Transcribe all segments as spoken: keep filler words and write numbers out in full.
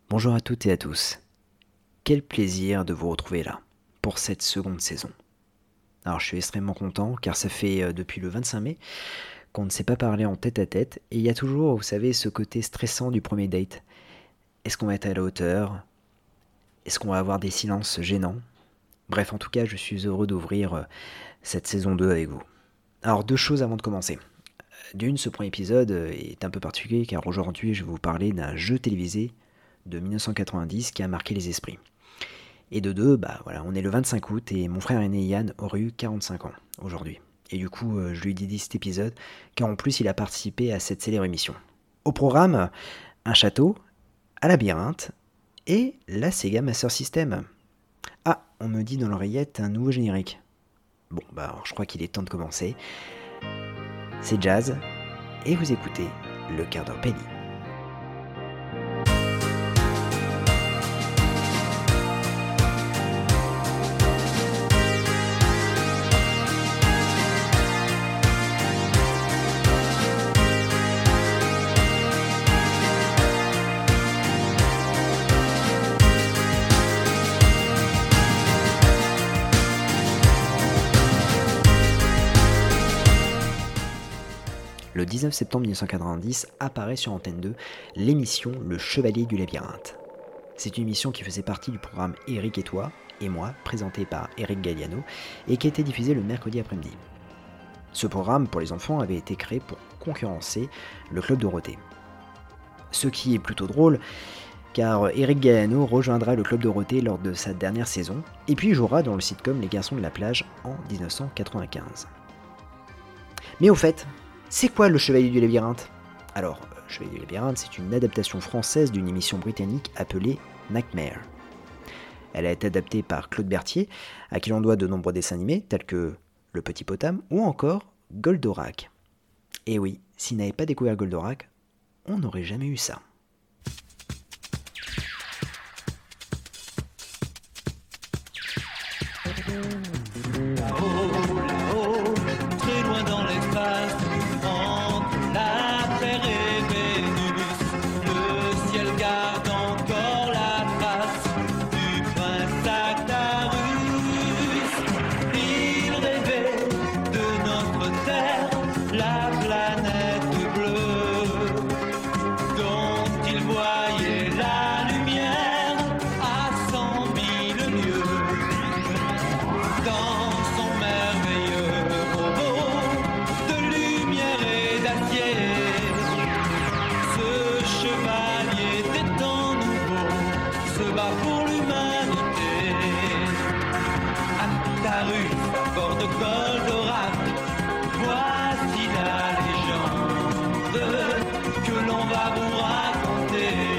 Bonjour à toutes et à tous. Quel plaisir de vous retrouver là, pour cette seconde saison. Alors je suis extrêmement content car ça fait euh, depuis le vingt-cinq mai qu'on ne s'est pas parlé en tête à tête et il y a toujours, vous savez, ce côté stressant du premier date. Est-ce qu'on va être à la hauteur? Est-ce qu'on va avoir des silences gênants? Bref, en tout cas, je suis heureux d'ouvrir euh, cette saison deux avec vous. Alors deux choses avant de commencer. D'une, ce premier épisode euh, est un peu particulier car aujourd'hui je vais vous parler d'un jeu télévisé de mille neuf cent quatre-vingt-dix qui a marqué les esprits. Et de deux, bah voilà, on est le vingt-cinq août et mon frère aîné Yann aurait eu quarante-cinq ans aujourd'hui. Et du coup, euh, je lui dédie cet épisode, car en plus il a participé à cette célèbre émission. Au programme, un château, un labyrinthe et la Sega Master System. Ah, on me dit dans l'oreillette un nouveau générique. Bon, bah alors je crois qu'il est temps de commencer. C'est Jazz, et vous écoutez le quart d'heure Penny. Le dix-neuf septembre mille neuf cent quatre-vingt-dix apparaît sur Antenne deux l'émission Le Chevalier du Labyrinthe. C'est une émission qui faisait partie du programme Eric et toi, et moi, présenté par Eric Galliano, et qui a été diffusée le mercredi après-midi. Ce programme pour les enfants avait été créé pour concurrencer le Club Dorothée. Ce qui est plutôt drôle, car Eric Galliano rejoindra le Club Dorothée lors de sa dernière saison, et puis jouera dans le sitcom Les Garçons de la Plage en dix-neuf cent quatre-vingt-quinze. Mais au fait, c'est quoi le Chevalier du Labyrinthe? Alors, Chevalier du Labyrinthe, c'est une adaptation française d'une émission britannique appelée Nightmare. Elle a été adaptée par Claude Berthier, à qui l'on doit de nombreux dessins animés, tels que Le Petit Potam ou encore Goldorak. Et oui, s'il n'avait pas découvert Goldorak, on n'aurait jamais eu ça. Là-haut, là-haut, très loin dans l'espace, entre la Terre et Vénus, le ciel garde encore la trace du prince Actarus. Il rêvait de notre Terre, la planète bleue, dont il voyait la lumière à cent mille lieues. Dans son merveilleux robot de lumière et d'acier, ce chevalier des temps nouveaux se bat pour l'humanité. Actarus, à bord de Goldorak, voici la légende que l'on va vous raconter.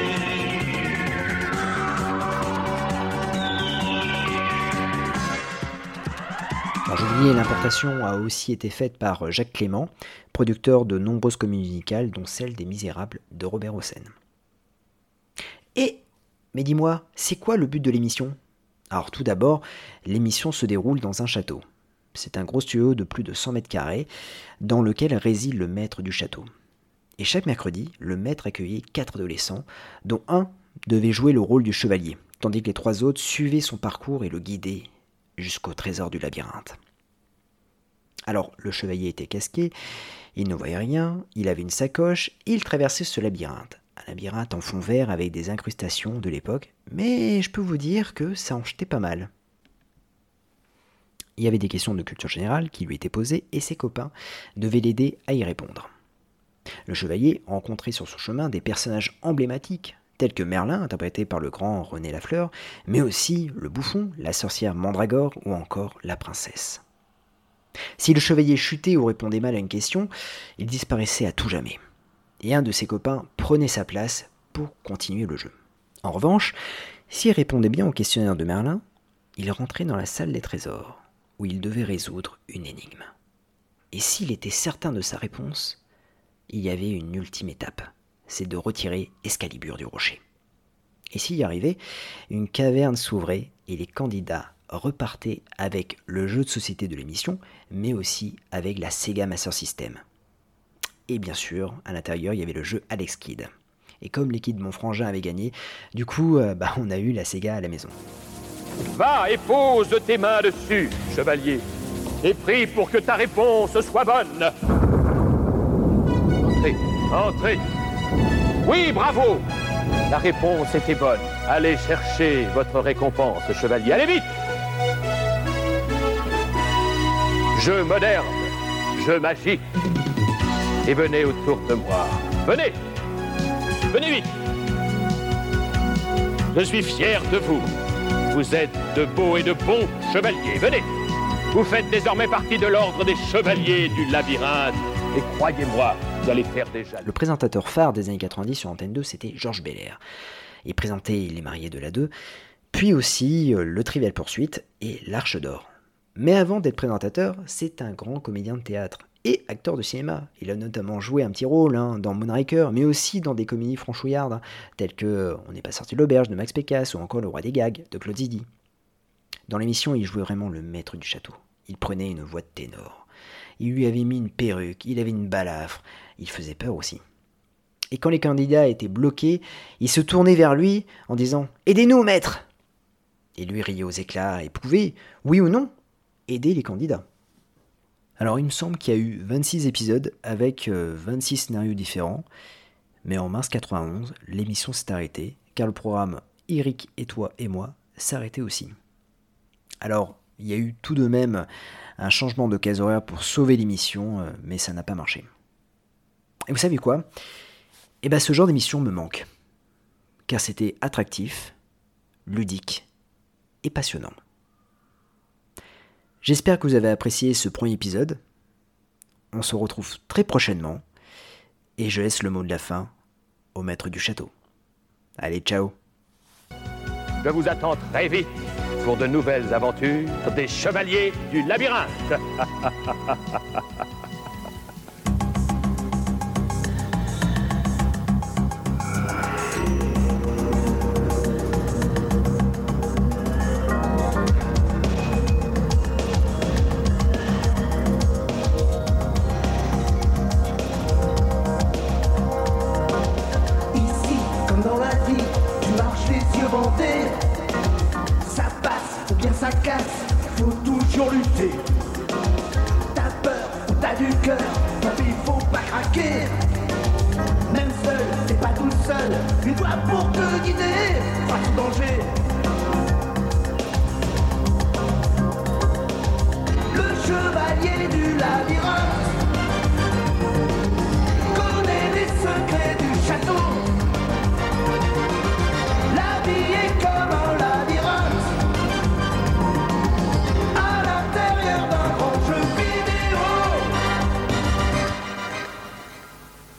Alors j'oubliais, l'importation a aussi été faite par Jacques Clément, producteur de nombreuses comédies musicales, dont celle des Misérables de Robert Hossein. Et, mais dis-moi, c'est quoi le but de l'émission? Alors tout d'abord, l'émission se déroule dans un château. C'est un gros studio de plus de cent mètres carrés, dans lequel réside le maître du château. Et chaque mercredi, le maître accueillait quatre adolescents, dont un devait jouer le rôle du chevalier, tandis que les trois autres suivaient son parcours et le guidaient jusqu'au trésor du labyrinthe. Alors, le chevalier était casqué, il ne voyait rien, il avait une sacoche, et il traversait ce labyrinthe. Un labyrinthe en fond vert avec des incrustations de l'époque, mais je peux vous dire que ça en jetait pas mal. Il y avait des questions de culture générale qui lui étaient posées, et ses copains devaient l'aider à y répondre. Le chevalier rencontrait sur son chemin des personnages emblématiques, tels que Merlin, interprété par le grand René Lafleur, mais aussi le bouffon, la sorcière Mandragore ou encore la princesse. Si le chevalier chutait ou répondait mal à une question, il disparaissait à tout jamais. Et un de ses copains prenait sa place pour continuer le jeu. En revanche, s'il répondait bien au questionnaire de Merlin, il rentrait dans la salle des trésors, où il devait résoudre une énigme. Et s'il était certain de sa réponse, il y avait une ultime étape, c'est de retirer Excalibur du rocher. Et s'il y arrivait, une caverne s'ouvrait et les candidats repartaient avec le jeu de société de l'émission, mais aussi avec la Sega Master System. Et bien sûr, à l'intérieur, il y avait le jeu Alex Kidd. Et comme l'équipe de mon frangin avait gagné, du coup, euh, bah, on a eu la Sega à la maison. Va et pose tes mains dessus, chevalier, et prie pour que ta réponse soit bonne. Entrez, entrez. Oui, bravo. La réponse était bonne. Allez chercher votre récompense, chevalier. Allez vite. Jeu moderne, jeu magique. Et venez autour de moi. Venez. Venez vite. Je suis fier de vous. Vous êtes de beaux et de bons chevaliers. Venez. Vous faites désormais partie de l'ordre des chevaliers du labyrinthe. Et croyez-moi, vous allez faire déjà... Le présentateur phare des années quatre-vingt-dix sur Antenne deux, c'était Georges Belair. Il présentait Les Mariés de la deux, puis aussi euh, Le Trivial Poursuite et L'Arche d'Or. Mais avant d'être présentateur, c'est un grand comédien de théâtre et acteur de cinéma. Il a notamment joué un petit rôle hein, dans Moonraker, mais aussi dans des comédies franchouillardes, hein, telles que On n'est pas sorti de l'auberge de Max Pécasse ou encore Le Roi des Gags de Claude Zidi. Dans l'émission, il jouait vraiment le maître du château. Il prenait une voix de ténor. Il lui avait mis une perruque, il avait une balafre, il faisait peur aussi. Et quand les candidats étaient bloqués, il se tournait vers lui en disant « Aidez-nous, maître !» Et lui riait aux éclats et pouvait, oui ou non, aider les candidats. Alors il me semble qu'il y a eu vingt-six épisodes avec euh, vingt-six scénarios différents, mais en mars quatre-vingt-onze, l'émission s'est arrêtée, car le programme « Eric et toi et moi » s'arrêtait aussi. Alors, il y a eu tout de même un changement de case horaire pour sauver l'émission, euh, mais ça n'a pas marché. Et vous savez quoi ? Eh bien, ce genre d'émission me manque, car c'était attractif, ludique et passionnant. J'espère que vous avez apprécié ce premier épisode. On se retrouve très prochainement, et je laisse le mot de la fin au maître du château. Allez, ciao ! Je vous attends très vite pour de nouvelles aventures des chevaliers du labyrinthe. Ici, comme dans la vie, tu marches les yeux bandés. Ça passe ou bien ça casse, faut toujours lutter. T'as peur ou t'as du cœur, tant pis, faut pas craquer. Même seul, t'es pas tout seul, une voix pour te guider.